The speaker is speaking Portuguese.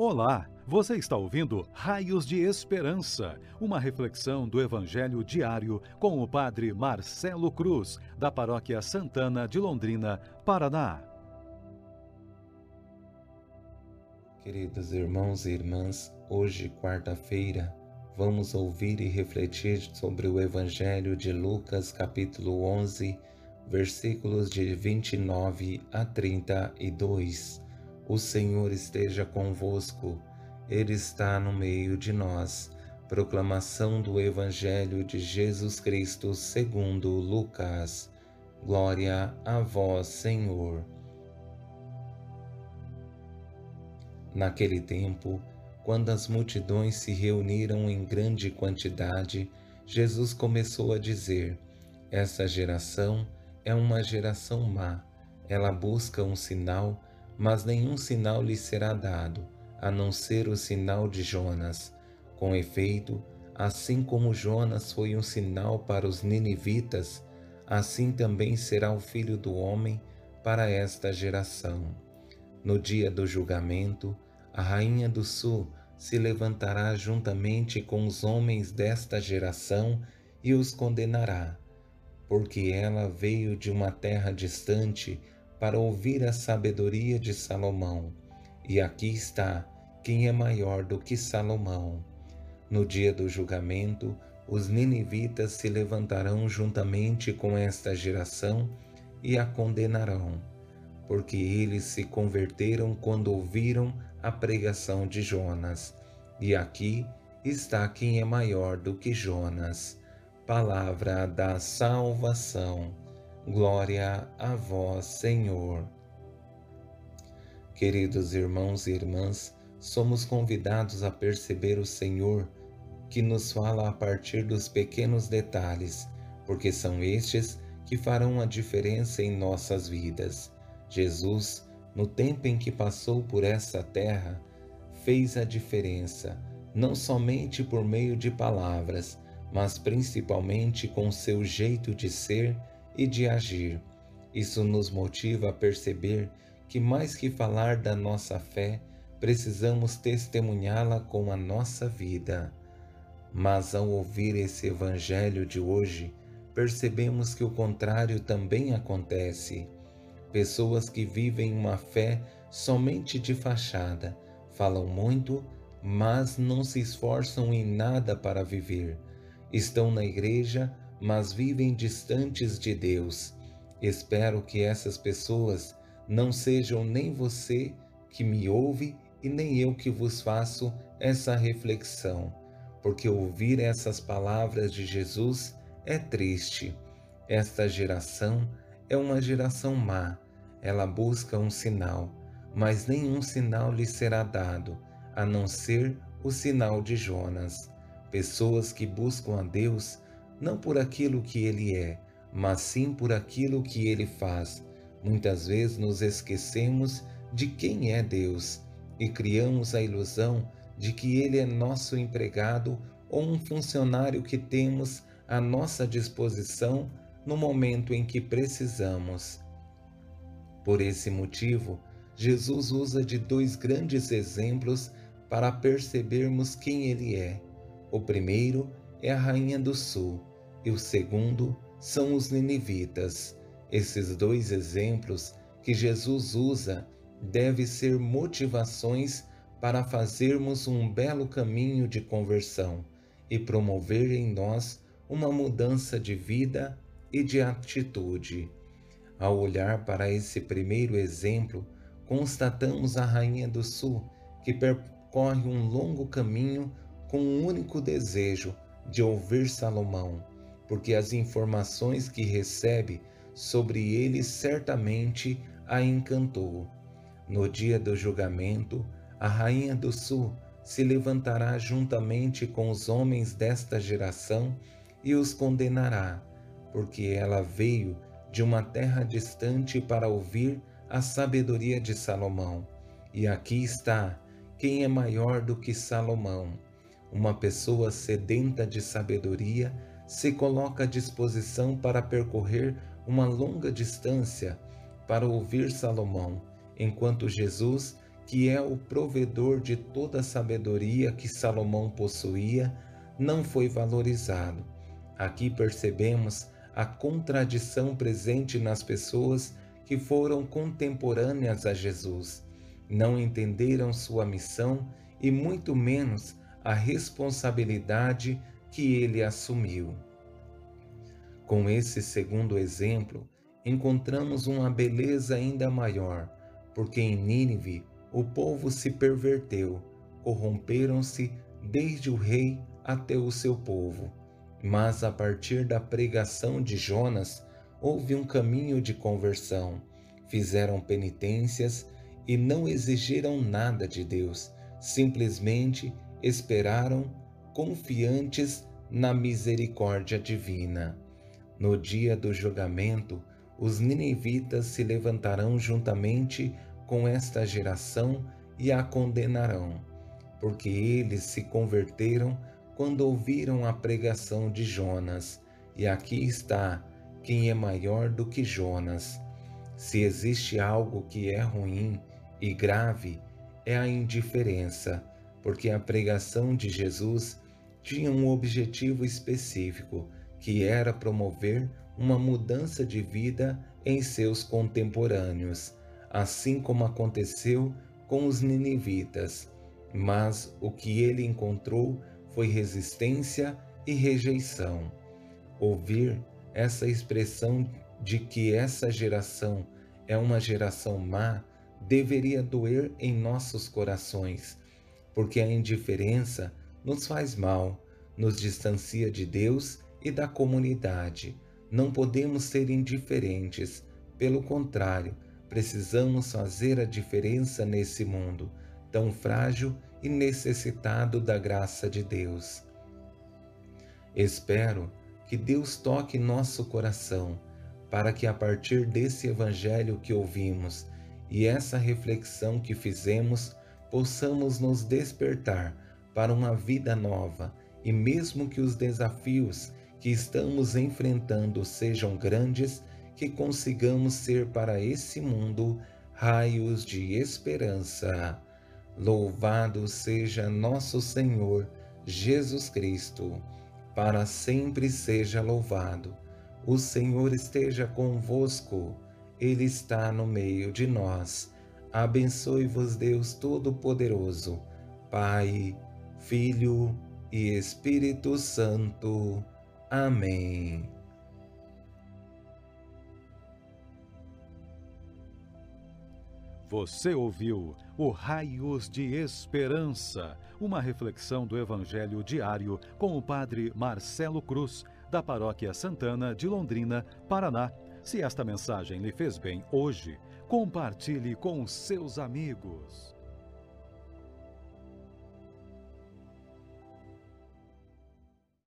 Olá, você está ouvindo Raios de Esperança, uma reflexão do Evangelho diário com o Padre Marcelo Cruz, da Paróquia Santana de Londrina, Paraná. Queridos irmãos e irmãs, hoje, quarta-feira, vamos ouvir e refletir sobre o Evangelho de Lucas, capítulo 11, versículos de 29 a 32. O Senhor esteja convosco, Ele está no meio de nós. Proclamação do Evangelho de Jesus Cristo segundo Lucas. Glória a vós, Senhor. Naquele tempo, quando as multidões se reuniram em grande quantidade, Jesus começou a dizer: Essa geração é uma geração má. Ela busca um sinal, mas nenhum sinal lhe será dado, a não ser o sinal de Jonas. Com efeito, assim como Jonas foi um sinal para os ninivitas, assim também será o Filho do Homem para esta geração. No dia do julgamento, a rainha do sul se levantará juntamente com os homens desta geração e os condenará, porque ela veio de uma terra distante para ouvir a sabedoria de Salomão, e aqui está quem é maior do que Salomão. No dia do julgamento, os ninivitas se levantarão juntamente com esta geração e a condenarão, porque eles se converteram quando ouviram a pregação de Jonas. E aqui está quem é maior do que Jonas. Palavra da salvação. Glória a vós, Senhor. Queridos irmãos e irmãs, somos convidados a perceber o Senhor que nos fala a partir dos pequenos detalhes, porque são estes que farão a diferença em nossas vidas. Jesus, no tempo em que passou por essa terra, fez a diferença, não somente por meio de palavras, mas principalmente com seu jeito de ser e de agir. Isso nos motiva a perceber que, mais que falar da nossa fé, precisamos testemunhá-la com a nossa vida. Mas ao ouvir esse Evangelho de hoje, percebemos que o contrário também acontece. Pessoas que vivem uma fé somente de fachada, falam muito, mas não se esforçam em nada para viver. Estão na igreja, mas vivem distantes de Deus. Espero que essas pessoas não sejam nem você que me ouve e nem eu que vos faço essa reflexão, porque ouvir essas palavras de Jesus é triste. Esta geração é uma geração má. Ela busca um sinal, mas nenhum sinal lhe será dado, a não ser o sinal de Jonas. Pessoas que buscam a Deus não por aquilo que Ele é, mas sim por aquilo que Ele faz. Muitas vezes nos esquecemos de quem é Deus e criamos a ilusão de que Ele é nosso empregado ou um funcionário que temos à nossa disposição no momento em que precisamos. Por esse motivo, Jesus usa de dois grandes exemplos para percebermos quem Ele é. O primeiro é a rainha do sul e o segundo são os ninivitas. Esses dois exemplos que Jesus usa devem ser motivações para fazermos um belo caminho de conversão e promover em nós uma mudança de vida e de atitude. Ao olhar para esse primeiro exemplo, constatamos a rainha do sul, que percorre um longo caminho com um único desejo de ouvir Salomão, porque as informações que recebe sobre ele certamente a encantou. No dia do julgamento, a rainha do sul se levantará juntamente com os homens desta geração e os condenará, porque ela veio de uma terra distante para ouvir a sabedoria de Salomão. E aqui está quem é maior do que Salomão. Uma pessoa sedenta de sabedoria se coloca à disposição para percorrer uma longa distância para ouvir Salomão, enquanto Jesus que é o provedor de toda a sabedoria que Salomão possuía, não foi valorizado. Aqui percebemos a contradição presente nas pessoas que foram contemporâneas a Jesus. Não entenderam sua missão e muito menos a responsabilidade que ele assumiu. Com esse segundo exemplo, encontramos uma beleza ainda maior, porque em Nínive o povo se perverteu, corromperam-se desde o rei até o seu povo. Mas a partir da pregação de Jonas, houve um caminho de conversão. Fizeram penitências e não exigiram nada de Deus, simplesmente esperaram confiantes na misericórdia divina. No dia do julgamento, os ninivitas se levantarão juntamente com esta geração e a condenarão, porque eles se converteram quando ouviram a pregação de Jonas. E aqui está quem é maior do que Jonas. Se existe algo que é ruim e grave, é a indiferença, porque a pregação de Jesus tinha um objetivo específico, que era promover uma mudança de vida em seus contemporâneos, assim como aconteceu com os ninivitas. Mas o que ele encontrou foi resistência e rejeição. Ouvir essa expressão de que essa geração é uma geração má deveria doer em nossos corações, porque a indiferença nos faz mal, nos distancia de Deus e da comunidade. Não podemos ser indiferentes, pelo contrário, precisamos fazer a diferença nesse mundo tão frágil e necessitado da graça de Deus. Espero que Deus toque nosso coração, para que a partir desse evangelho que ouvimos e essa reflexão que fizemos, possamos nos despertar para uma vida nova, e mesmo que os desafios que estamos enfrentando sejam grandes, que consigamos ser para esse mundo raios de esperança. Louvado seja nosso Senhor Jesus Cristo, para sempre seja louvado. O Senhor esteja convosco, Ele está no meio de nós. Abençoe-vos Deus Todo-Poderoso, Pai, Filho e Espírito Santo. Amém. Você ouviu o Raios de Esperança, uma reflexão do Evangelho diário com o Padre Marcelo Cruz, da Paróquia Santana de Londrina, Paraná. Se esta mensagem lhe fez bem hoje, compartilhe com os seus amigos.